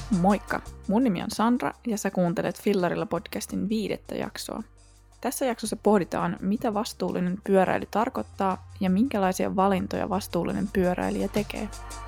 Moikka! Mun nimi on Sandra ja sä kuuntelet Fillarilla podcastin 5. jaksoa. Tässä jaksossa pohditaan, mitä vastuullinen pyöräily tarkoittaa ja minkälaisia valintoja vastuullinen pyöräilijä tekee.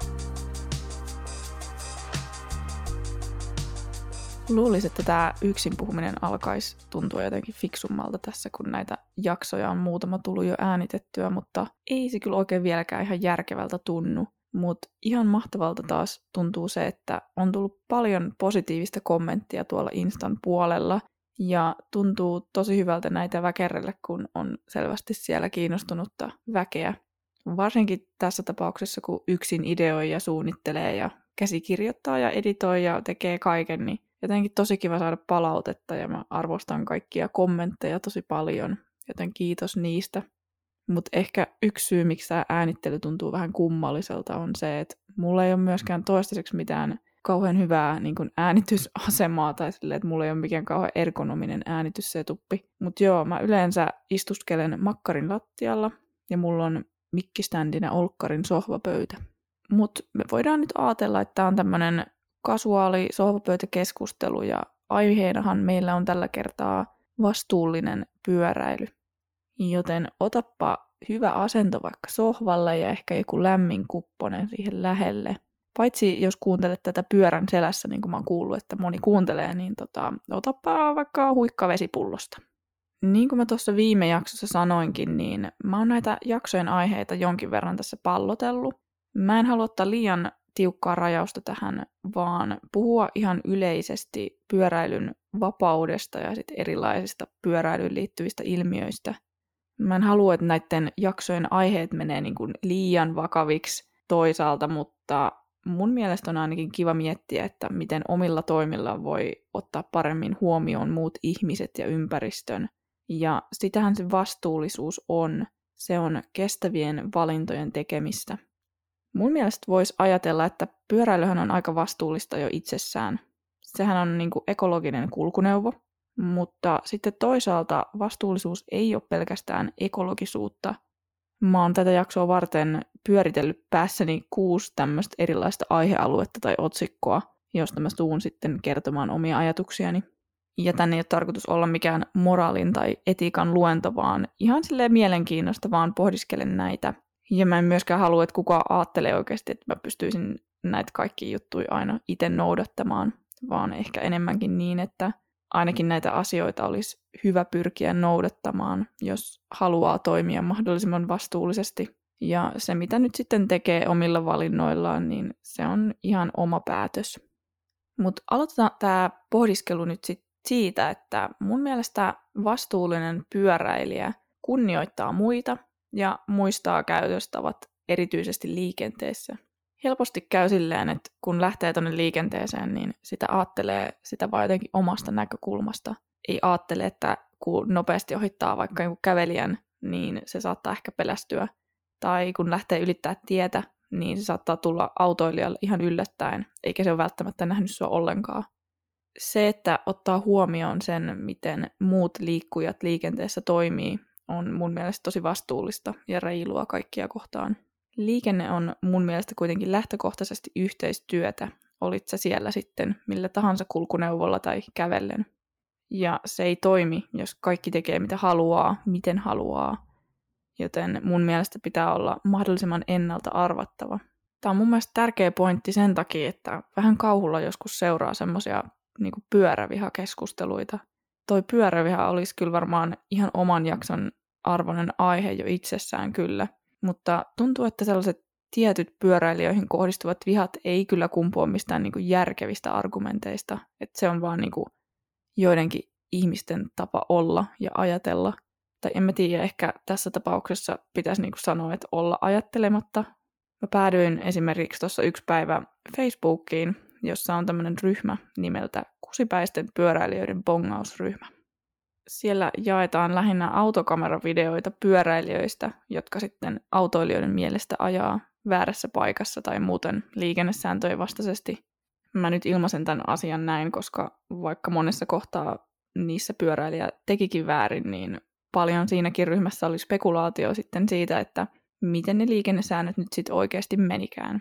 Luulisin, että tämä yksin puhuminen alkaisi tuntua jotenkin fiksummalta tässä, kun näitä jaksoja on muutama tullut jo äänitettyä, mutta ei se kyllä oikein vieläkään ihan järkevältä tunnu. Mutta ihan mahtavalta taas tuntuu se, että on tullut paljon positiivista kommenttia tuolla Instan puolella ja tuntuu tosi hyvältä näitä väkerrellä, kun on selvästi siellä kiinnostunutta väkeä. Varsinkin tässä tapauksessa, kun yksin ideoi ja suunnittelee ja käsikirjoittaa ja editoi ja tekee kaiken, niin jotenkin tosi kiva saada palautetta ja mä arvostan kaikkia kommentteja tosi paljon, joten kiitos niistä. Mutta ehkä yksi syy, miksi tämä äänittely tuntuu vähän kummalliselta, on se, että mulla ei ole myöskään toistaiseksi mitään kauhean hyvää niin kuin äänitysasemaa, tai silleen, että mulla ei ole mikään kauhean ergonominen äänityssetuppi. Mutta joo, mä yleensä istuskelen makkarin lattialla, ja mulla on mikkiständinä olkkarin sohvapöytä. Mutta me voidaan nyt ajatella, että tämä on tämmöinen kasuaali sohvapöytäkeskustelu, ja aiheenahan meillä on tällä kertaa vastuullinen pyöräily. Joten otappa hyvä asento vaikka sohvalle ja ehkä joku lämmin kupponen siihen lähelle. Paitsi jos kuuntelet tätä pyörän selässä, niin kuin mä oon kuullut, että moni kuuntelee, niin otappa vaikka huikka vesipullosta. Niin kuin mä tuossa viime jaksossa sanoinkin, niin mä oon näitä jaksojen aiheita jonkin verran tässä pallotellut. Mä en halua ottaa liian tiukkaa rajausta tähän, vaan puhua ihan yleisesti pyöräilyn vapaudesta ja sit erilaisista pyöräilyyn liittyvistä ilmiöistä. Mä en halua, että näiden jaksojen aiheet menee niin kuin liian vakaviksi toisaalta, mutta mun mielestä on ainakin kiva miettiä, että miten omilla toimilla voi ottaa paremmin huomioon muut ihmiset ja ympäristön. Ja sitähän se vastuullisuus on. Se on kestävien valintojen tekemistä. Mun mielestä voisi ajatella, että pyöräilyhän on aika vastuullista jo itsessään. Sehän on niin kuin ekologinen kulkuneuvo. Mutta sitten toisaalta vastuullisuus ei ole pelkästään ekologisuutta. Mä oon tätä jaksoa varten pyöritellyt päässäni 6 tämmöistä erilaista aihealuetta tai otsikkoa, josta mä tuun sitten kertomaan omia ajatuksiani. Ja tänne ei ole tarkoitus olla mikään moraalin tai etiikan luento, vaan ihan silleen mielenkiinnosta vaan pohdiskelen näitä. Ja mä en myöskään halua, että kukaan ajattelee oikeasti, että mä pystyisin näitä kaikkia juttuja aina itse noudattamaan, vaan ehkä enemmänkin niin, että ainakin näitä asioita olisi hyvä pyrkiä noudattamaan, jos haluaa toimia mahdollisimman vastuullisesti. Ja se, mitä nyt sitten tekee omilla valinnoillaan, niin se on ihan oma päätös. Mutta aloitetaan tämä pohdiskelu nyt siitä, että mun mielestä vastuullinen pyöräilijä kunnioittaa muita ja muistaa käytöstavat erityisesti liikenteessä. Helposti käy silleen, että kun lähtee tuonne liikenteeseen, niin sitä aattelee sitä vaan jotenkin omasta näkökulmasta. Ei ajattele, että kun nopeasti ohittaa vaikka joku kävelijän, niin se saattaa ehkä pelästyä. Tai kun lähtee ylittää tietä, niin se saattaa tulla autoilijalle ihan yllättäen, eikä se ole välttämättä nähnyt sua ollenkaan. Se, että ottaa huomioon sen, miten muut liikkujat liikenteessä toimii, on mun mielestä tosi vastuullista ja reilua kaikkia kohtaan. Liikenne on mun mielestä kuitenkin lähtökohtaisesti yhteistyötä, olit sä siellä sitten millä tahansa kulkuneuvolla tai kävellen. Ja se ei toimi, jos kaikki tekee mitä haluaa, miten haluaa. Joten mun mielestä pitää olla mahdollisimman ennalta arvattava. Tämä on mun mielestä tärkeä pointti sen takia, että vähän kauhulla joskus seuraa semmoisia niin kuin pyörävihakeskusteluita. Toi pyöräviha olisi kyllä varmaan ihan oman jakson arvoinen aihe jo itsessään kyllä. Mutta tuntuu, että sellaiset tietyt pyöräilijöihin kohdistuvat vihat ei kyllä kumpua mistään niin kuin järkevistä argumenteista. Että se on vaan niin kuin joidenkin ihmisten tapa olla ja ajatella. Tai en mä tiedä, ehkä tässä tapauksessa pitäisi niin kuin sanoa, että olla ajattelematta. Mä päädyin esimerkiksi tuossa yksi päivä Facebookiin, jossa on tämmöinen ryhmä nimeltä Kusipäisten pyöräilijöiden bongausryhmä. Siellä jaetaan lähinnä autokameravideoita pyöräilijöistä, jotka sitten autoilijoiden mielestä ajaa väärässä paikassa tai muuten liikennesääntöjen vastaisesti. Mä nyt ilmaisen tämän asian näin, koska vaikka monessa kohtaa niissä pyöräilijä tekikin väärin, niin paljon siinäkin ryhmässä oli spekulaatio sitten siitä, että miten ne liikennesäännöt nyt sitten oikeasti menikään.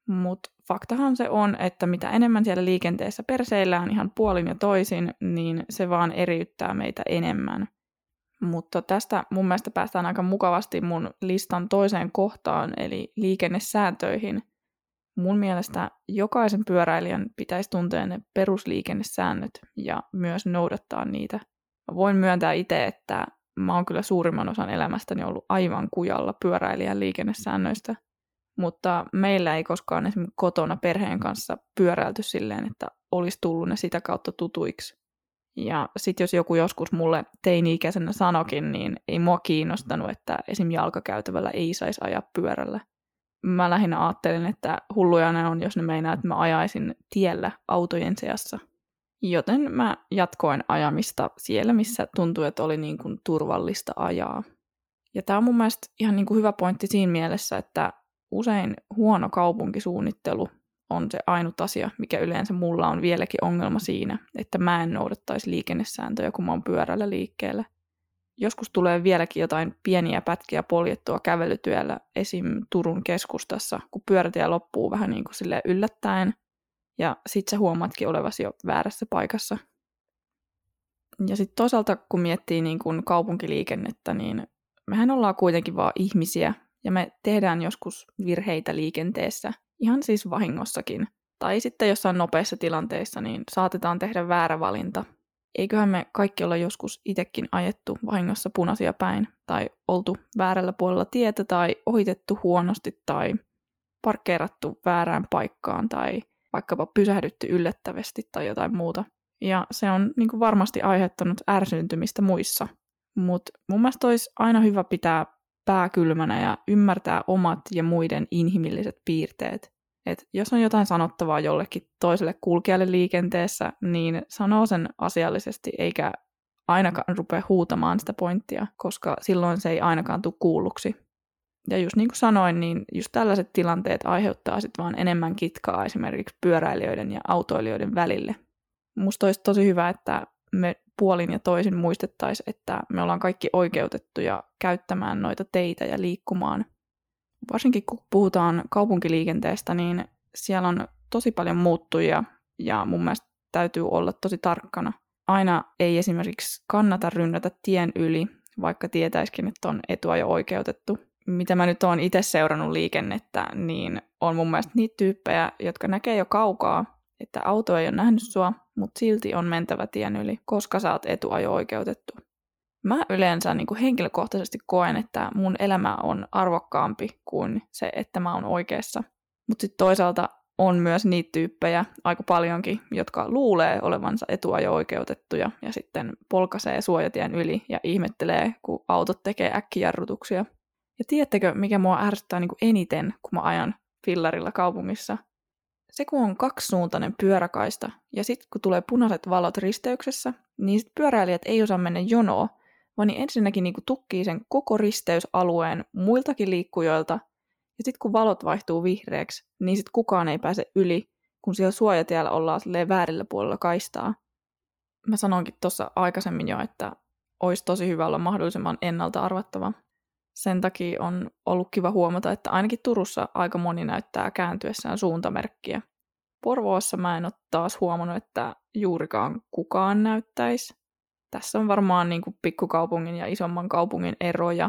Mutta faktahan se on, että mitä enemmän siellä liikenteessä perseillään ihan puolin ja toisin, niin se vaan eriyttää meitä enemmän. Mutta tästä mun mielestä päästään aika mukavasti mun listan toiseen kohtaan, eli liikennesääntöihin. Mun mielestä jokaisen pyöräilijän pitäisi tuntea ne perusliikennesäännöt ja myös noudattaa niitä. Mä voin myöntää itse, että mä oon kyllä suurimman osan elämästäni ollut aivan kujalla pyöräilijän liikennesäännöistä, mutta meillä ei koskaan esimerkiksi kotona perheen kanssa pyöräilty silleen, että olisi tullut ne sitä kautta tutuiksi. Ja sitten jos joku joskus mulle teini-ikäisenä sanokin, niin ei mua kiinnostanut, että esim. Jalkakäytävällä ei saisi ajaa pyörällä. Mä lähinnä ajattelin, että hulluja ne on, jos ne meinaa, että mä ajaisin tiellä autojen seassa. Joten mä jatkoin ajamista siellä, missä tuntui, että oli niin kuin turvallista ajaa. Ja tää on mun mielestä ihan niin kuin hyvä pointti siinä mielessä, että usein huono kaupunkisuunnittelu on se ainut asia, mikä yleensä mulla on vieläkin ongelma siinä, että mä en noudattaisi liikennesääntöjä, kun mä oon pyörällä liikkeellä. Joskus tulee vieläkin jotain pieniä pätkiä poljettua kävelytyöllä esim. Turun keskustassa, kun pyörätie loppuu vähän niin kuin silleen yllättäen, ja sit sä huomaatkin olevasi jo väärässä paikassa. Ja sitten toisaalta, kun miettii niin kuin kaupunkiliikennettä, niin mehän ollaan kuitenkin vaan ihmisiä, ja me tehdään joskus virheitä liikenteessä, ihan siis vahingossakin. Tai sitten jossain nopeissa tilanteissa, niin saatetaan tehdä väärä valinta. Eiköhän me kaikki olla joskus itsekin ajettu vahingossa punaisia päin, tai oltu väärällä puolella tietä, tai ohitettu huonosti, tai parkkeerattu väärään paikkaan, tai vaikkapa pysähdytty yllättävästi tai jotain muuta. Ja se on niin kuin varmasti aiheuttanut ärsyyntymistä muissa. Mutta mun mielestä olisi aina hyvä pitää pää kylmänä ja ymmärtää omat ja muiden inhimilliset piirteet. Et jos on jotain sanottavaa jollekin toiselle kulkijalle liikenteessä, niin sanoo sen asiallisesti, eikä ainakaan rupea huutamaan sitä pointtia, koska silloin se ei ainakaan tule kuulluksi. Ja just niin kuin sanoin, niin just tällaiset tilanteet aiheuttaa sitten vaan enemmän kitkaa esimerkiksi pyöräilijöiden ja autoilijoiden välille. Musta olisi tosi hyvä, että me puolin ja toisin muistettaisiin, että me ollaan kaikki oikeutettuja käyttämään noita teitä ja liikkumaan. Varsinkin kun puhutaan kaupunkiliikenteestä, niin siellä on tosi paljon muuttujia ja mun mielestä täytyy olla tosi tarkkana. Aina ei esimerkiksi kannata rynnätä tien yli, vaikka tietäisikin, että on etuajo-oikeutettu. Mitä mä nyt oon itse seurannut liikennettä, niin on mun mielestä niitä tyyppejä, jotka näkee jo kaukaa, että auto ei ole nähnyt sua, mutta silti on mentävä tien yli, koska sä oot etuajo-oikeutettu. Mä yleensä niin kuin henkilökohtaisesti koen, että mun elämä on arvokkaampi kuin se, että mä oon oikeassa. Mutta sitten toisaalta on myös niitä tyyppejä aika paljonkin, jotka luulee olevansa etuajo-oikeutettuja ja sitten polkaisee suojatien yli ja ihmettelee, kun autot tekee äkkijarrutuksia. Ja tiedättekö, mikä mua ärsyttää niin kuin eniten, kun mä ajan fillarilla kaupungissa? Se, kun on kaksisuuntainen pyöräkaista ja sitten kun tulee punaiset valot risteyksessä, niin sit pyöräilijät ei osaa mennä jonoon, vaan niin ensinnäkin niin kuin tukkii sen koko risteysalueen muiltakin liikkujoilta, ja sitten kun valot vaihtuu vihreäksi, niin sitten kukaan ei pääse yli, kun siellä suojatiellä ollaan väärillä puolella kaistaa. Mä sanoinkin tuossa aikaisemmin jo, että olisi tosi hyvä olla mahdollisimman ennalta arvattava. Sen takia on ollut kiva huomata, että ainakin Turussa aika moni näyttää kääntyessään suuntamerkkiä. Porvoossa mä en ole taas huomannut, että juurikaan kukaan näyttäisi. Tässä on varmaan niin kuin pikkukaupungin ja isomman kaupungin eroja,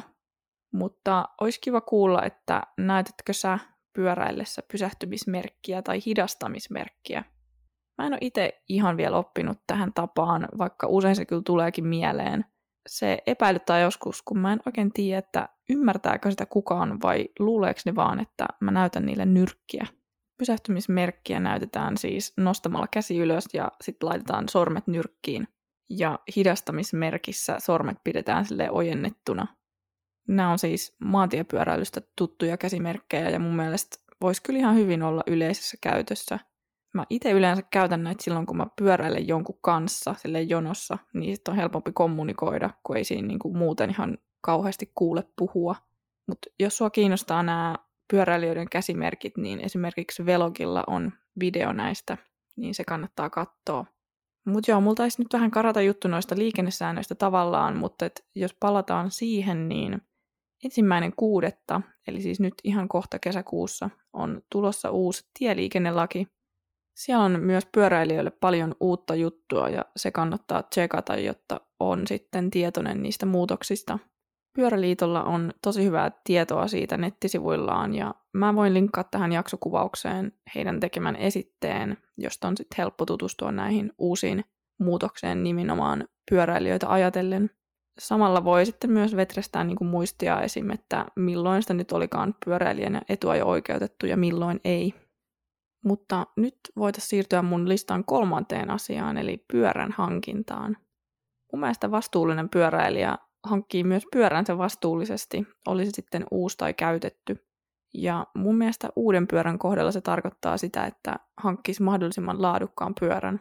mutta olisi kiva kuulla, että näytätkö sä pyöräillessä pysähtymismerkkiä tai hidastamismerkkiä. Mä en ole itse ihan vielä oppinut tähän tapaan, vaikka usein se kyllä tuleekin mieleen. Se epäilyttää joskus, kun mä en oikein tiedä, että ymmärtääkö sitä kukaan vai luuleeko ne vaan, että mä näytän niille nyrkkiä. Pysähtymismerkkiä näytetään siis nostamalla käsi ylös ja sitten laitetaan sormet nyrkkiin. Ja hidastamismerkissä sormet pidetään silleen ojennettuna. Nämä on siis maantiepyöräilystä tuttuja käsimerkkejä ja mun mielestä voisi kyllä ihan hyvin olla yleisessä käytössä. Mä itse yleensä käytän näitä silloin, kun mä pyöräilen jonkun kanssa silleen jonossa, niin sitten on helpompi kommunikoida, kun ei siinä niinku muuten ihan kauheasti kuule puhua. Mutta jos sua kiinnostaa nämä pyöräilijöiden käsimerkit, niin esimerkiksi Velogilla on video näistä, niin se kannattaa katsoa. Mutta joo, mulla taisi nyt vähän karata juttu noista liikennesäännöistä tavallaan, mutta jos palataan siihen, niin 1.6., eli siis nyt ihan kohta kesäkuussa, on tulossa uusi tieliikennelaki. Siellä on myös pyöräilijöille paljon uutta juttua ja se kannattaa tsekata, jotta on sitten tietoinen niistä muutoksista. Pyöräliitolla on tosi hyvää tietoa siitä nettisivuillaan ja mä voin linkkaa tähän jaksokuvaukseen heidän tekemän esitteen, josta on sitten helppo tutustua näihin uusiin muutokseen nimenomaan pyöräilijöitä ajatellen. Samalla voi sitten myös vetrestää niin kuin muistia esim. Että milloin sitä nyt olikaan pyöräilijänä etuajo-oikeutettu ja milloin ei. Mutta nyt voitaisiin siirtyä mun listan 3. asiaan, eli pyörän hankintaan. Mun mielestä vastuullinen pyöräilijä hankkii myös pyöränsä vastuullisesti, oli se sitten uusi tai käytetty. Ja mun mielestä uuden pyörän kohdalla se tarkoittaa sitä, että hankkisi mahdollisimman laadukkaan pyörän.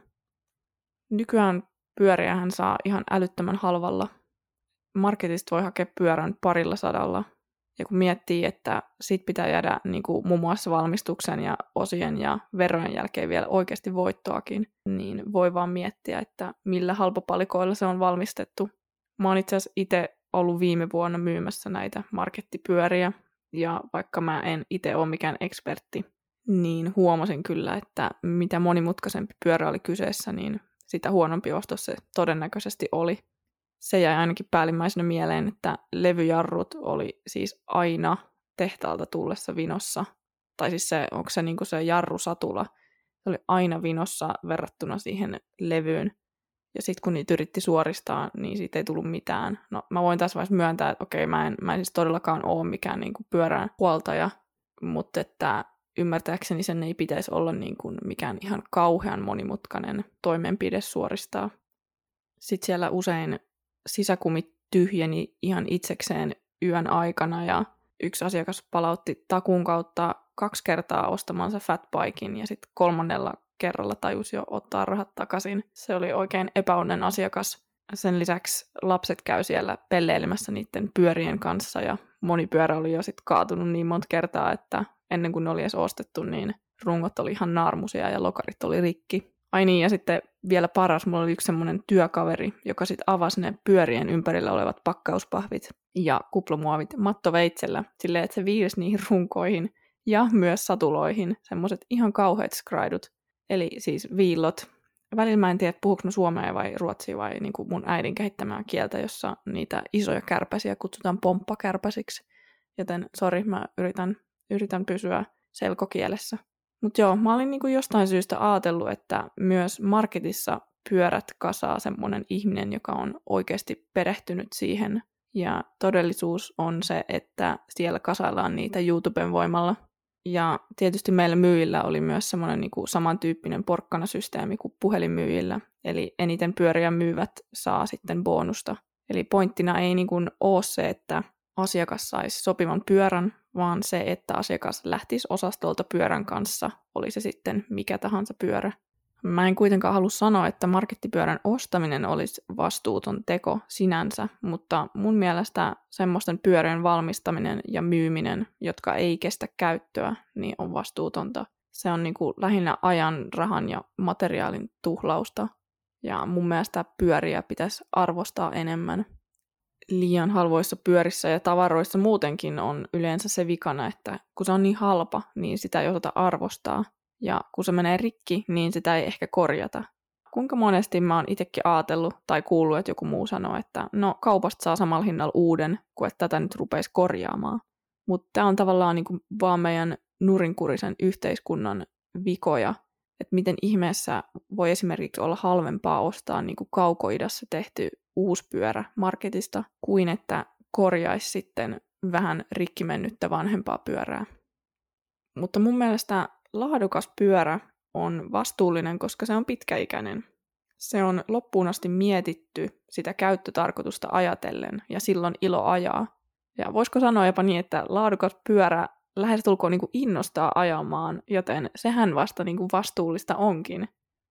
Nykyään pyöriähän saa ihan älyttömän halvalla. Marketista voi hakea pyörän 200. Ja kun miettii, että sit pitää jäädä niin kuin muun muassa valmistuksen ja osien ja verojen jälkeen vielä oikeasti voittoakin, niin voi vaan miettiä, että millä halpapalikoilla se on valmistettu. Mä oon itse asiassa itse ollut viime vuonna myymässä näitä markettipyöriä, ja vaikka mä en itse ole mikään ekspertti, niin huomasin kyllä, että mitä monimutkaisempi pyörä oli kyseessä, niin sitä huonompi ostos se todennäköisesti oli. Se jäi ainakin päällimmäisenä mieleen, että levyjarrut oli siis aina tehtaalta tullessa vinossa. Tai siis se, onko se niinku se jarrusatula, se oli aina vinossa verrattuna siihen levyyn. Ja sitten kun niitä yritti suoristaa, niin siitä ei tullut mitään. No mä voin tässä vaiheessa myöntää, että okei, mä en siis todellakaan ole mikään niinku pyörän huoltaja, mutta että ymmärtääkseni sen ei pitäisi olla niinku mikään ihan kauhean monimutkainen toimenpide suoristaa. Sitten siellä usein sisäkumit tyhjeni ihan itsekseen yön aikana ja yksi asiakas palautti takuun kautta 2 kertaa ostamansa fatbiken ja sitten 3. kerralla tajusi jo ottaa rahat takaisin. Se oli oikein epäonnen asiakas. Sen lisäksi lapset käy siellä pelleilemässä niiden pyörien kanssa ja moni pyörä oli jo sitten kaatunut niin monta kertaa, että ennen kuin ne oli edes ostettu, niin rungot oli ihan naarmusia ja lokarit oli rikki. Ai niin, ja sitten vielä paras, mulla oli yksi semmoinen työkaveri, joka sitten avasi ne pyörien ympärillä olevat pakkauspahvit ja kuplomuovit mattoveitsellä, silleen, että se viilsi niihin runkoihin ja myös satuloihin semmoiset ihan kauheat skraidut, eli siis viillot. Välillä mä en tiedä, puhuuko mä suomea vai ruotsia vai niin kuin mun äidin kehittämää kieltä, jossa niitä isoja kärpäsiä kutsutaan pomppakärpäsiksi, joten sori, mä yritän pysyä selkokielessä. Mutta joo, mä olin niinku jostain syystä ajatellut, että myös marketissa pyörät kasaa semmoinen ihminen, joka on oikeasti perehtynyt siihen. Ja todellisuus on se, että siellä kasaillaan niitä YouTuben voimalla. Ja tietysti meillä myyjillä oli myös semmoinen niinku samantyyppinen porkkanasysteemi kuin puhelinmyyjillä. Eli eniten pyöriä myyvät saa sitten bonusta. Eli pointtina ei niinku ole se, että asiakas saisi sopivan pyörän, vaan se, että asiakas lähtisi osastolta pyörän kanssa, oli se sitten mikä tahansa pyörä. Mä en kuitenkaan halua sanoa, että markettipyörän ostaminen olisi vastuuton teko sinänsä, mutta mun mielestä semmoisten pyörien valmistaminen ja myyminen, jotka ei kestä käyttöä, niin on vastuutonta. Se on niin kuin lähinnä ajan, rahan ja materiaalin tuhlausta, ja mun mielestä pyöriä pitäisi arvostaa enemmän. Liian halvoissa pyörissä ja tavaroissa muutenkin on yleensä se vikana, että kun se on niin halpa, niin sitä ei osata arvostaa. Ja kun se menee rikki, niin sitä ei ehkä korjata. Kuinka monesti mä oon itsekin ajatellut tai kuullut, että joku muu sanoo, että no kaupasta saa samalla hinnalla uuden, kuin että tätä nyt rupeisi korjaamaan. Mutta tämä on tavallaan niinku vaan meidän nurinkurisen yhteiskunnan vikoja, että miten ihmeessä voi esimerkiksi olla halvempaa ostaa niinku kaukoidassa tehty uusi pyörä marketista, kuin että korjaisi sitten vähän rikki mennyttä vanhempaa pyörää. Mutta mun mielestä laadukas pyörä on vastuullinen, koska se on pitkäikäinen. Se on loppuun asti mietitty sitä käyttötarkoitusta ajatellen ja silloin ilo ajaa. Ja voisiko sanoa jopa niin, että laadukas pyörä lähestulkoon niin kuin innostaa ajamaan, joten sehän vasta niin kuin vastuullista onkin.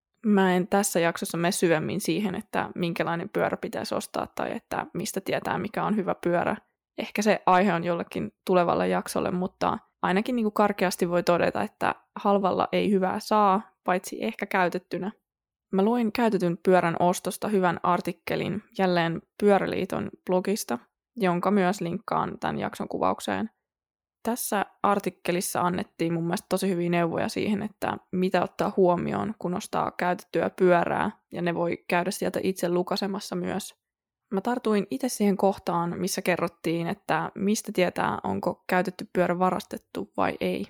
Mä en tässä jaksossa mene syvemmin siihen, että minkälainen pyörä pitäisi ostaa tai että mistä tietää, mikä on hyvä pyörä. Ehkä se aihe on jollekin tulevalle jaksolle, mutta ainakin niin kuin karkeasti voi todeta, että halvalla ei hyvää saa, paitsi ehkä käytettynä. Mä luin käytetyn pyörän ostosta hyvän artikkelin jälleen Pyöräliiton blogista. jonka myös linkkaan tämän jakson kuvaukseen. Tässä artikkelissa annettiin mun mielestä tosi hyviä neuvoja siihen, että mitä ottaa huomioon, kun ostaa käytettyä pyörää, ja ne voi käydä sieltä itse lukasemassa myös. Mä tartuin itse siihen kohtaan, missä kerrottiin, että mistä tietää, onko käytetty pyörä varastettu vai ei.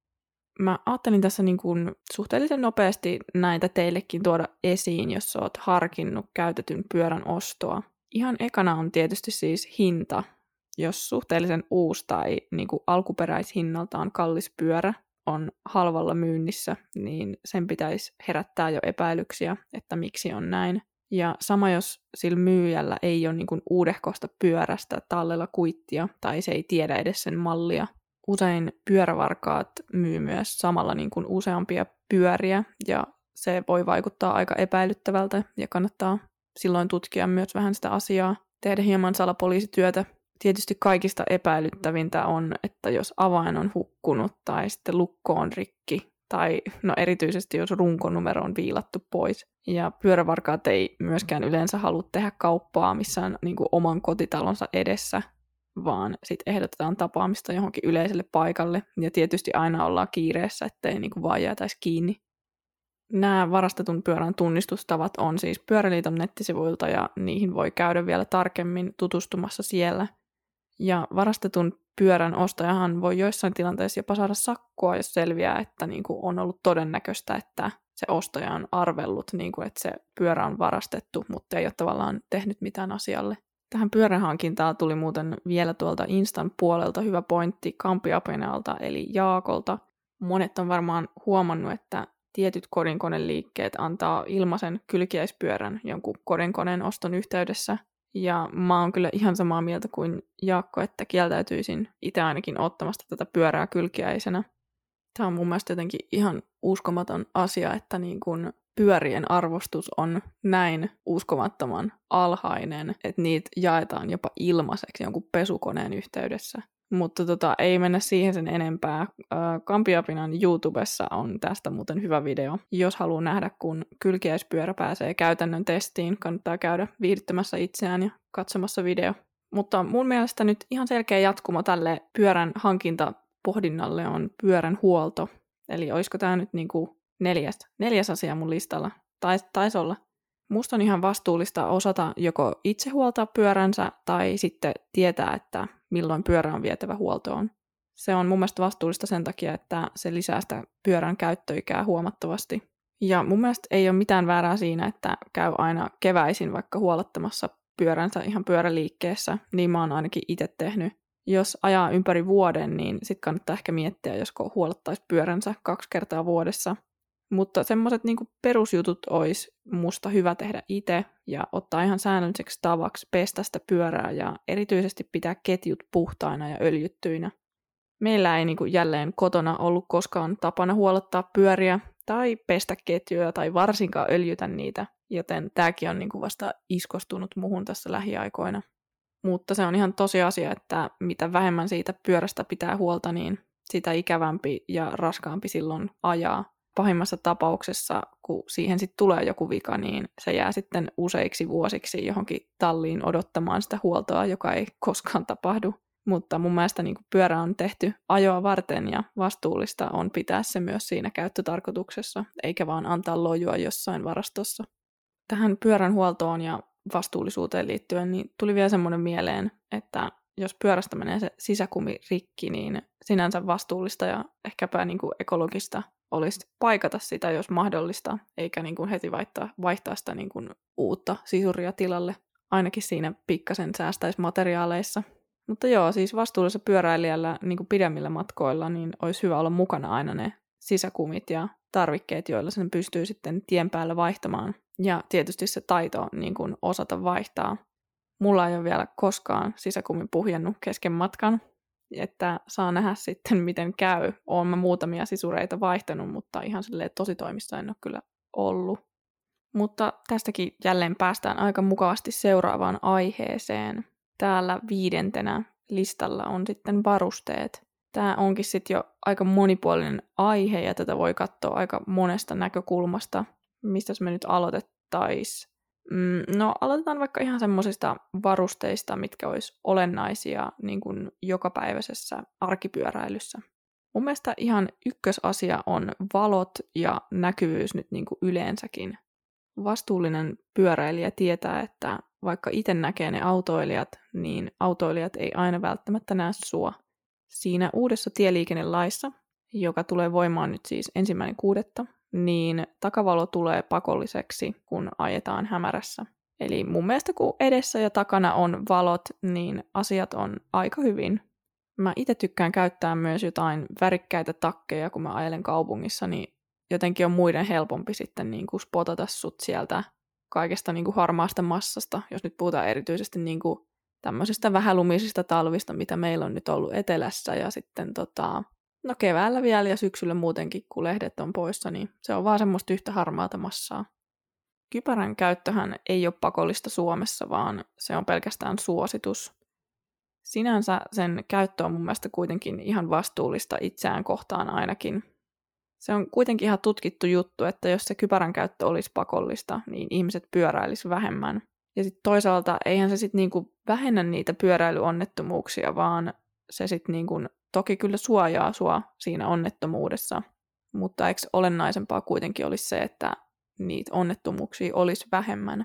Mä ajattelin tässä niin kuin suhteellisen nopeasti näitä teillekin tuoda esiin, jos oot harkinnut käytetyn pyörän ostoa. Ihan ekana on tietysti siis hinta. Jos suhteellisen uusi tai niin kuin alkuperäishinnaltaan kallis pyörä on halvalla myynnissä, niin sen pitäisi herättää jo epäilyksiä, että miksi on näin. Ja sama jos sillä myyjällä ei ole niin kuin uudehkosta pyörästä tallella kuittia tai se ei tiedä edes sen mallia. Usein pyörävarkaat myy myös samalla niin kuin useampia pyöriä ja se voi vaikuttaa aika epäilyttävältä ja kannattaa silloin tutkia myös vähän sitä asiaa, tehdä hieman salapoliisityötä. Tietysti kaikista epäilyttävintä on, että jos avain on hukkunut tai sitten lukko on rikki tai no erityisesti jos runkonumero on viilattu pois. Ja pyörävarkaat ei myöskään yleensä halua tehdä kauppaa missään niin kuin oman kotitalonsa edessä, vaan sitten ehdotetaan tapaamista johonkin yleiselle paikalle ja tietysti aina ollaan kiireessä, ettei niin kuin vaan jäätäisi kiinni. Nämä varastetun pyörän tunnistustavat on siis Pyöräliiton nettisivuilta ja niihin voi käydä vielä tarkemmin tutustumassa siellä. Ja varastetun pyörän ostajahan voi joissain tilanteissa jopa saada sakkoa, jos selviää, että niin kuin on ollut todennäköistä, että se ostaja on arvellut, niin kuin, että se pyörä on varastettu, mutta ei ole tavallaan tehnyt mitään asialle. Tähän pyörähankintaan tuli muuten vielä tuolta Instan puolelta hyvä pointti Kampiapinalta eli Jaakolta. Monet on varmaan huomannut, että tietyt kodinkoneliikkeet antaa ilmaisen kylkiäispyörän jonkun kodinkoneen oston yhteydessä. Ja mä oon kyllä ihan samaa mieltä kuin Jaakko, että kieltäytyisin itse ainakin ottamasta tätä pyörää kylkiäisenä. Tämä on mun mielestä jotenkin ihan uskomaton asia, että niin kun pyörien arvostus on näin uskomattoman alhainen, että niitä jaetaan jopa ilmaiseksi jonkun pesukoneen yhteydessä. Mutta ei mennä siihen sen enempää. Kampiapinan YouTubessa on tästä muuten hyvä video. Jos haluaa nähdä, kun kylkiäispyörä pääsee käytännön testiin, kannattaa käydä viihdyttämässä itseään ja katsomassa video. Mutta mun mielestä nyt ihan selkeä jatkumo tälle pyörän hankintapohdinnalle on pyörän huolto. Eli olisiko tämä nyt niinku neljäs asia mun listalla? Taisi olla. Musta on ihan vastuullista osata joko itse huoltaa pyöränsä tai sitten tietää, että milloin pyörä on vietävä huoltoon. Se on mun mielestä vastuullista sen takia, että se lisää sitä pyörän käyttöikää huomattavasti. Ja mun mielestä ei ole mitään väärää siinä, että käy aina keväisin vaikka huollattamassa pyöränsä ihan pyöräliikkeessä, niin mä oon ainakin itse tehnyt. Jos ajaa ympäri vuoden, niin sit kannattaa ehkä miettiä, josko huollattaisi pyöränsä 2 kertaa vuodessa. Mutta semmoiset niinku perusjutut olisi musta hyvä tehdä itse ja ottaa ihan säännölliseksi tavaksi pestä sitä pyörää ja erityisesti pitää ketjut puhtaina ja öljyttyinä. Meillä ei niinku jälleen kotona ollut koskaan tapana huollattaa pyöriä tai pestä ketjuja tai varsinkaan öljytä niitä, joten tämäkin on niinku vasta iskostunut muhun tässä lähiaikoina. Mutta se on ihan tosiasia, että mitä vähemmän siitä pyörästä pitää huolta, niin sitä ikävämpi ja raskaampi silloin ajaa. Pahimmassa tapauksessa, kun siihen sitten tulee joku vika, niin se jää sitten useiksi vuosiksi johonkin talliin odottamaan sitä huoltoa, joka ei koskaan tapahdu. Mutta mun mielestä niin pyörä on tehty ajoa varten ja vastuullista on pitää se myös siinä käyttötarkoituksessa, eikä vaan antaa lojua jossain varastossa. Tähän pyörän huoltoon ja vastuullisuuteen liittyen niin tuli vielä semmoinen mieleen, että jos pyörästä menee se sisäkumi rikki, niin sinänsä vastuullista ja ehkäpä niin kuin ekologista olisi paikata sitä, jos mahdollista, eikä niin kuin heti vaihtaa sitä niin kuin uutta sisuria tilalle. Ainakin siinä pikkasen säästäisi materiaaleissa. Mutta joo, siis vastuullisella pyöräilijällä niin kuin pidemmillä matkoilla niin olisi hyvä olla mukana aina ne sisäkumit ja tarvikkeet, joilla sen pystyy sitten tien päällä vaihtamaan. Ja tietysti se taito niin kuin osata vaihtaa. Mulla ei ole vielä koskaan sisäkumi puhjennut kesken matkan, että saa nähdä sitten, miten käy. Olen mä muutamia sisureita vaihtanut, mutta ihan silleen tositoimissa en ole kyllä ollut. Mutta tästäkin jälleen päästään aika mukavasti seuraavaan aiheeseen. Täällä 5. listalla on sitten varusteet. Tämä onkin sitten jo aika monipuolinen aihe ja tätä voi katsoa aika monesta näkökulmasta. Mistäs me nyt aloitettaisiin? No aloitetaan vaikka ihan semmoisista varusteista, mitkä olisi olennaisia niin kuin jokapäiväisessä arkipyöräilyssä. Mun mielestä ihan ykkösasia on valot ja näkyvyys nyt niin kuin yleensäkin. Vastuullinen pyöräilijä tietää, että vaikka itse näkee ne autoilijat, niin autoilijat ei aina välttämättä näe sua. Siinä uudessa tieliikennelaissa, joka tulee voimaan nyt siis 1.6., niin takavalo tulee pakolliseksi, kun ajetaan hämärässä. Eli mun mielestä kun edessä ja takana on valot, niin asiat on aika hyvin. Mä itse tykkään käyttää myös jotain värikkäitä takkeja, kun mä ajelen kaupungissa, niin jotenkin on muiden helpompi sitten niin kuin spotata sut sieltä kaikesta niin kuin harmaasta massasta, jos nyt puhutaan erityisesti niin kuin tämmöisistä vähälumisista talvista, mitä meillä on nyt ollut etelässä, ja sitten no keväällä vielä ja syksyllä muutenkin, kun lehdet on poissa, niin se on vaan semmoista yhtä harmaata massaa. Kypärän käyttöhän ei ole pakollista Suomessa, vaan se on pelkästään suositus. Sinänsä sen käyttö on mun mielestä kuitenkin ihan vastuullista itseään kohtaan ainakin. Se on kuitenkin ihan tutkittu juttu, että jos se kypärän käyttö olisi pakollista, niin ihmiset pyöräilisi vähemmän. Ja sitten toisaalta eihän se sitten niinku vähennä niitä pyöräilyonnettomuuksia, vaan se sitten niinku toki kyllä suojaa sua siinä onnettomuudessa. Mutta eikö olennaisempaa kuitenkin olisi se, että niitä onnettomuuksia olisi vähemmän.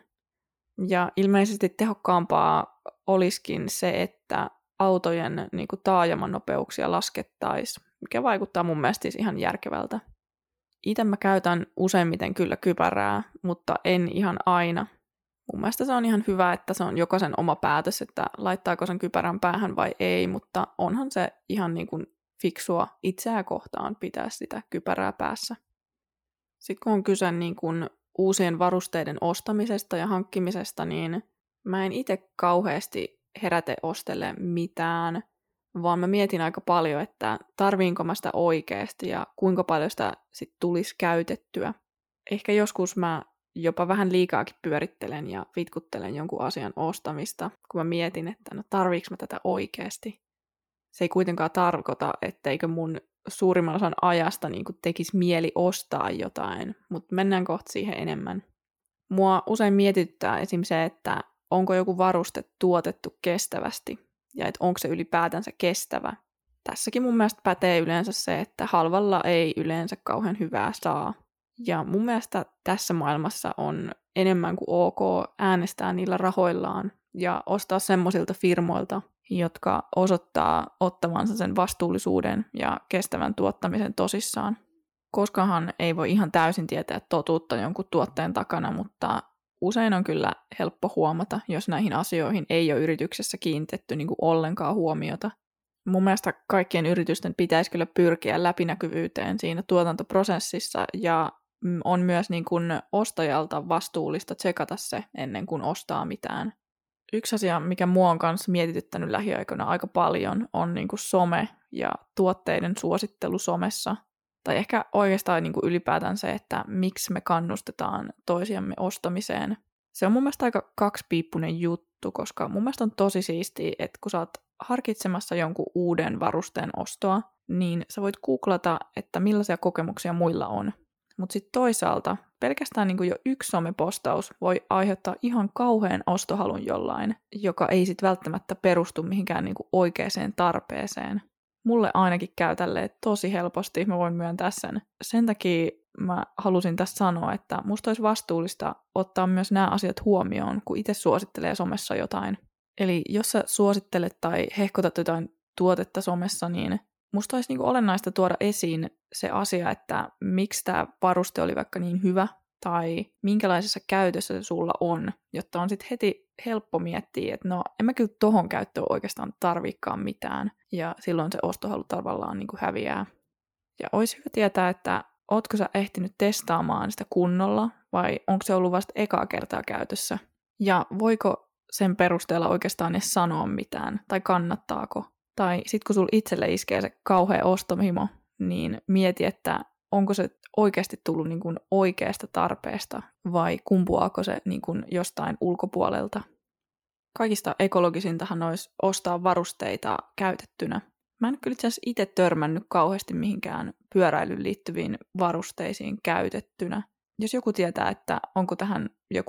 Ja ilmeisesti tehokkaampaa olisikin se, että autojen niinku taajamanopeuksia laskettaisiin, mikä vaikuttaa mun mielestä siis ihan järkevältä. Itse mä käytän useimmiten kyllä kypärää, mutta en ihan aina. Mun mielestä se on ihan hyvä, että se on jokaisen oma päätös, että laittaako sen kypärän päähän vai ei, mutta onhan se ihan niin kuin fiksua itseään kohtaan pitää sitä kypärää päässä. Sitten kun on kyse niin kuin uusien varusteiden ostamisesta ja hankkimisesta, niin mä en itse kauheasti heräte ostele mitään, vaan mä mietin aika paljon, että tarviinko mä sitä oikeasti ja kuinka paljon sitä sit tulisi käytettyä. Ehkä joskus mä jopa vähän liikaakin pyörittelen ja vitkuttelen jonkun asian ostamista, kun mä mietin, että no tarviinko mä tätä oikeasti. Se ei kuitenkaan tarkoita, etteikö mun suurimman osan ajasta niin kuin tekisi mieli ostaa jotain, mutta mennään kohta siihen enemmän. Mua usein mietityttää esim. Se, että onko joku varuste tuotettu kestävästi ja että onko se ylipäätänsä kestävä. Tässäkin mun mielestä pätee yleensä se, että halvalla ei yleensä kauhean hyvää saa. Ja mun mielestä tässä maailmassa on enemmän kuin ok äänestää niillä rahoillaan ja ostaa semmoisilta firmoilta, jotka osoittaa ottavansa sen vastuullisuuden ja kestävän tuottamisen tosissaan. Koskahan ei voi ihan täysin tietää totuutta jonkun tuotteen takana, mutta usein on kyllä helppo huomata, jos näihin asioihin ei ole yrityksessä kiinnitetty niin kuin ollenkaan huomiota. Mun mielestä kaikkien yritysten pitäisi kyllä pyrkiä läpinäkyvyyteen siinä tuotantoprosessissa ja on myös niin kuin ostajalta vastuullista tsekata se ennen kuin ostaa mitään. Yksi asia, mikä mua on kanssa mietityttänyt lähiaikoina aika paljon, on niin kuin some ja tuotteiden suosittelu somessa. Tai ehkä oikeastaan niin kuin ylipäätään se, että miksi me kannustetaan toisiamme ostamiseen. Se on mun mielestä aika kaksipiippunen juttu, koska mun mielestä on tosi siistiä, että kun sä oot harkitsemassa jonkun uuden varusteen ostoa, niin sä voit googlata, että millaisia kokemuksia muilla on. Mutta sitten toisaalta pelkästään niinku jo yksi somepostaus voi aiheuttaa ihan kauhean ostohalun jollain, joka ei sitten välttämättä perustu mihinkään niinku oikeaan tarpeeseen. Mulle ainakin käy tälleen tosi helposti, mä voin myöntää sen. Sen takia mä halusin tässä sanoa, että musta olisi vastuullista ottaa myös nämä asiat huomioon, kun itse suosittelee somessa jotain. Eli jos sä suosittelet tai hehkutat jotain tuotetta somessa, niin musta olisi niinku olennaista tuoda esiin se asia, että miksi tämä varuste oli vaikka niin hyvä tai minkälaisessa käytössä se sulla on, jotta on sitten heti helppo miettiä, että no en mä kyllä tohon käyttöön oikeastaan tarviikaan mitään ja silloin se ostohalu tavallaan niinku häviää. Ja olisi hyvä tietää, että ootko sä ehtinyt testaamaan sitä kunnolla vai onko se ollut vasta ekaa kertaa käytössä ja voiko sen perusteella oikeastaan edes sanoa mitään tai kannattaako. Tai sitten kun sulla itselle iskee se kauhea ostohimo, niin mieti, että onko se oikeasti tullut niin kuin oikeasta tarpeesta vai kumpuaako se niin kuin jostain ulkopuolelta. Kaikista ekologisintahan olisi ostaa varusteita käytettynä. Mä en kyllä itse asiassa itse törmännyt kauheasti mihinkään pyöräilyyn liittyviin varusteisiin käytettynä. Jos joku tietää, että onko tähän joku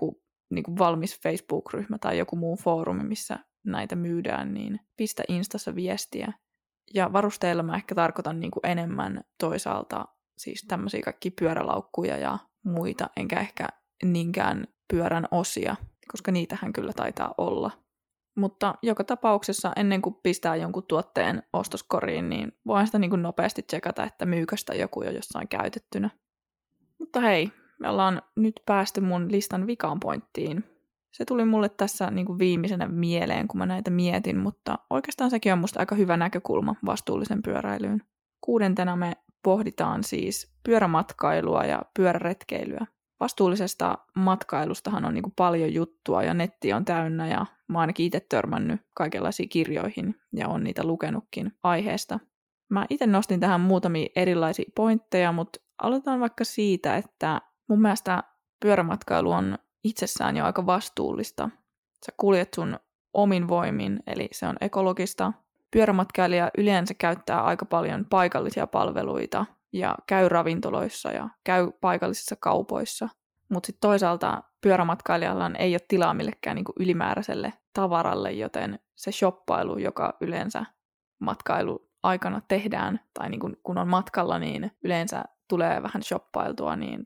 niin kuin valmis Facebook-ryhmä tai joku muu foorumi, missä näitä myydään, niin pistä Instassa viestiä. Ja varusteilla mä ehkä tarkoitan niin kuin enemmän toisaalta siis tämmöisiä kaikkia pyörälaukkuja ja muita, enkä ehkä niinkään pyörän osia, koska niitähän kyllä taitaa olla. Mutta joka tapauksessa ennen kuin pistää jonkun tuotteen ostoskoriin, niin voin sitä niin kuin nopeasti tsekata, että myykö sitä joku jo jossain käytettynä. Mutta hei, me ollaan nyt päästy mun listan vikaan pointtiin. Se tuli mulle tässä niin kuin viimeisenä mieleen, kun mä näitä mietin, mutta oikeastaan sekin on musta aika hyvä näkökulma vastuullisen pyöräilyyn. 6. me pohditaan siis pyörämatkailua ja pyöräretkeilyä. Vastuullisesta matkailustahan on niin kuin paljon juttua ja netti on täynnä ja mä ainakin itse törmännyt kaikenlaisiin kirjoihin ja on niitä lukenutkin aiheesta. Mä itse nostin tähän muutamia erilaisia pointteja, mutta aloitetaan vaikka siitä, että mun mielestä pyörämatkailu on itsessään jo aika vastuullista. Sä kuljet sun omin voimin, eli se on ekologista. Pyörämatkailija yleensä käyttää aika paljon paikallisia palveluita ja käy ravintoloissa ja käy paikallisissa kaupoissa. Mutta sitten toisaalta pyörämatkailijalla ei ole tilaa millekään niinku ylimääräiselle tavaralle, joten se shoppailu, joka yleensä matkailu aikana tehdään, tai niinku kun on matkalla, niin yleensä tulee vähän shoppailtua, niin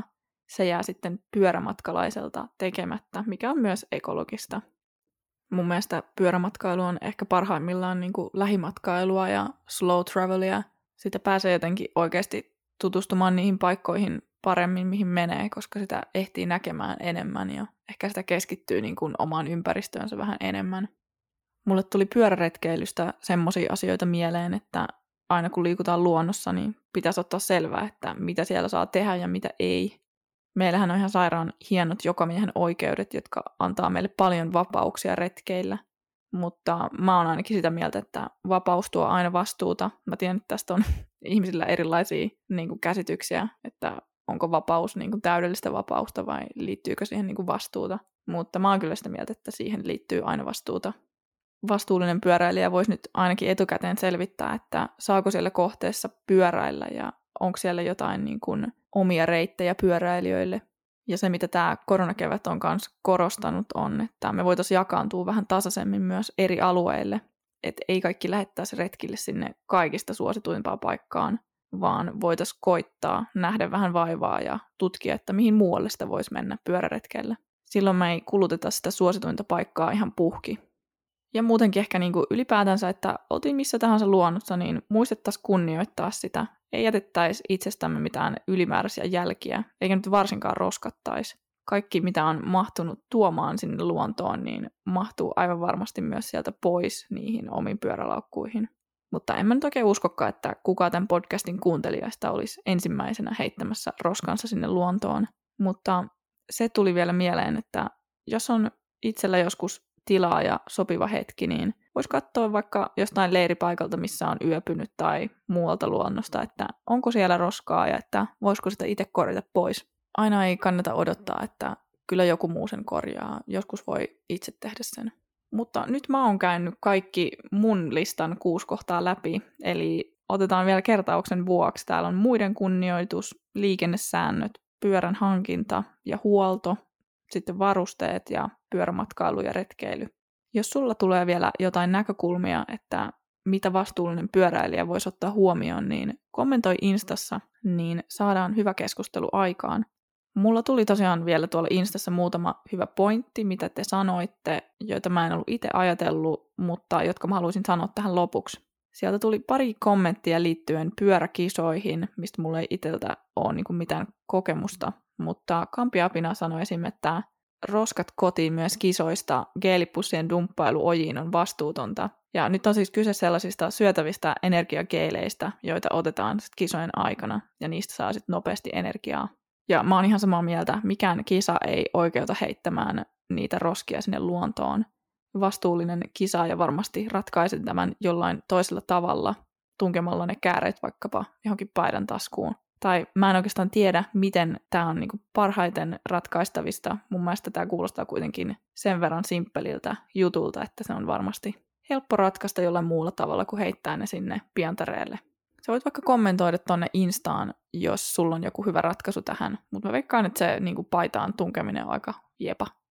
se jää sitten pyörämatkalaiselta tekemättä, mikä on myös ekologista. Mun mielestä pyörämatkailu on ehkä parhaimmillaan niin kuin lähimatkailua ja slow travelia. Sitä pääsee jotenkin oikeasti tutustumaan niihin paikkoihin paremmin, mihin menee, koska sitä ehtii näkemään enemmän ja ehkä sitä keskittyy niin kuin omaan ympäristöönsä vähän enemmän. Mulle tuli pyöräretkeilystä semmoisia asioita mieleen, että aina kun liikutaan luonnossa, niin pitäisi ottaa selvää, että mitä siellä saa tehdä ja mitä ei. Meillähän on ihan sairaan hienot jokamiehen oikeudet, jotka antaa meille paljon vapauksia retkeillä, mutta mä oon ainakin sitä mieltä, että vapaus tuo aina vastuuta. Mä tiedän, että tästä on ihmisillä erilaisia niin kuin käsityksiä, että onko vapaus niin kuin täydellistä vapausta vai liittyykö siihen niin kuin vastuuta, mutta mä oon kyllä sitä mieltä, että siihen liittyy aina vastuuta. Vastuullinen pyöräilijä voisi nyt ainakin etukäteen selvittää, että saako siellä kohteessa pyöräillä ja onko siellä jotain niin kuin omia reittejä pyöräilijöille. Ja se, mitä tämä koronakevät on myös korostanut, on, että me voitaisiin jakaantua vähän tasaisemmin myös eri alueille. Että ei kaikki lähettäisi retkille sinne kaikista suosituimpaan paikkaan, vaan voitaisiin koittaa, nähdä vähän vaivaa ja tutkia, että mihin muualle sitä voisi mennä pyöräretkelle. Silloin me ei kuluteta sitä suosituinta paikkaa ihan puhki. Ja muutenkin ehkä niin kuin ylipäätänsä, että oltiin missä tahansa luonnossa, niin muistettaisiin kunnioittaa sitä. Ei jätettäisi itsestämme mitään ylimääräisiä jälkiä, eikä nyt varsinkaan roskattaisi. Kaikki, mitä on mahtunut tuomaan sinne luontoon, niin mahtuu aivan varmasti myös sieltä pois niihin omiin pyörälaukkuihin. Mutta en mä nyt oikein uskokaan, että kukaan tämän podcastin kuuntelijoista olisi ensimmäisenä heittämässä roskansa sinne luontoon. Mutta se tuli vielä mieleen, että jos on itsellä joskus tilaa ja sopiva hetki, niin voisi katsoa vaikka jostain leiripaikalta, missä on yöpynyt tai muualta luonnosta, että onko siellä roskaa ja että voisiko sitä itse korjata pois. Aina ei kannata odottaa, että kyllä joku muu sen korjaa. Joskus voi itse tehdä sen. Mutta nyt mä oon käynyt kaikki mun listan 6 kohtaa läpi, eli otetaan vielä kertauksen vuoksi. Täällä on muiden kunnioitus, liikennesäännöt, pyörän hankinta ja huolto, sitten varusteet ja pyörämatkailu ja retkeily. Jos sulla tulee vielä jotain näkökulmia, että mitä vastuullinen pyöräilijä voisi ottaa huomioon, niin kommentoi Instassa, niin saadaan hyvä keskustelu aikaan. Mulla tuli tosiaan vielä tuolla Instassa muutama hyvä pointti, mitä te sanoitte, joita mä en ollut itse ajatellut, mutta jotka mä haluaisin sanoa tähän lopuksi. Sieltä tuli pari kommenttia liittyen pyöräkisoihin, mistä mulla ei itseltä ole mitään kokemusta, mutta Kampiapina sanoi esim. Että roskat kotiin myös kisoista, geelipussien dumppailu ojiin on vastuutonta. Ja nyt on siis kyse sellaisista syötävistä energiageeleistä, joita otetaan sit kisojen aikana, ja niistä saa sitten nopeasti energiaa. Ja mä oon ihan samaa mieltä, mikään kisa ei oikeuta heittämään niitä roskia sinne luontoon. Vastuullinen kisaaja varmasti ratkaisi tämän jollain toisella tavalla, tunkemalla ne kääreet vaikkapa johonkin paidan taskuun. Tai mä en oikeastaan tiedä, miten tämä on parhaiten ratkaistavista. Mun mielestä tämä kuulostaa kuitenkin sen verran simppeliltä jutulta, että se on varmasti helppo ratkaista jollain muulla tavalla kuin heittää ne sinne pientareelle. Sä voit vaikka kommentoida tonne Instaan, jos sulla on joku hyvä ratkaisu tähän, mutta mä veikkaan, että se paitaan tunkeminen on aika jepa.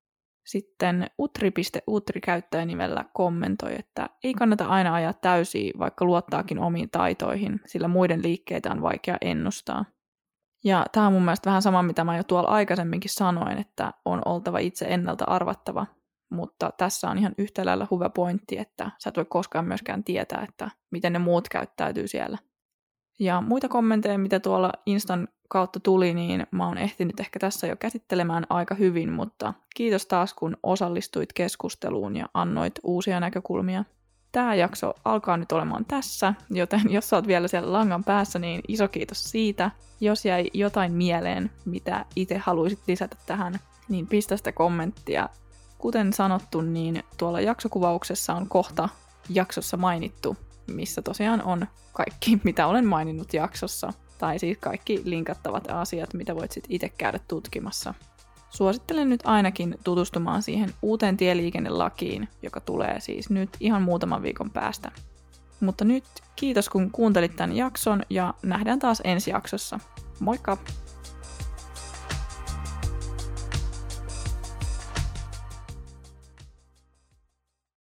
Sitten utri käyttäjänimellä kommentoi, että ei kannata aina ajaa täysiä, vaikka luottaakin omiin taitoihin, sillä muiden liikkeitä on vaikea ennustaa. Ja tämä on mun mielestä vähän sama, mitä mä jo tuolla aikaisemminkin sanoin, että on oltava itse ennalta arvattava. Mutta tässä on ihan yhtä lailla hyvä pointti, että sä et voi koskaan myöskään tietää, että miten ne muut käyttäytyy siellä. Ja muita kommentteja, mitä tuolla Instan kautta tuli, niin mä oon ehtinyt ehkä tässä jo käsittelemään aika hyvin, mutta kiitos taas, kun osallistuit keskusteluun ja annoit uusia näkökulmia. Tämä jakso alkaa nyt olemaan tässä, joten jos sä oot vielä siellä langan päässä, niin iso kiitos siitä. Jos jäi jotain mieleen, mitä itse haluaisit lisätä tähän, niin pistä sitä kommenttia. Kuten sanottu, niin tuolla jaksokuvauksessa on kohta jaksossa mainittu, missä tosiaan on kaikki, mitä olen maininnut jaksossa. Tai siis kaikki linkattavat asiat, mitä voit sit itse käydä tutkimassa. Suosittelen nyt ainakin tutustumaan siihen uuteen tieliikennelakiin, joka tulee siis nyt ihan muutaman viikon päästä. Mutta nyt kiitos kun kuuntelit tämän jakson ja nähdään taas ensi jaksossa. Moikka!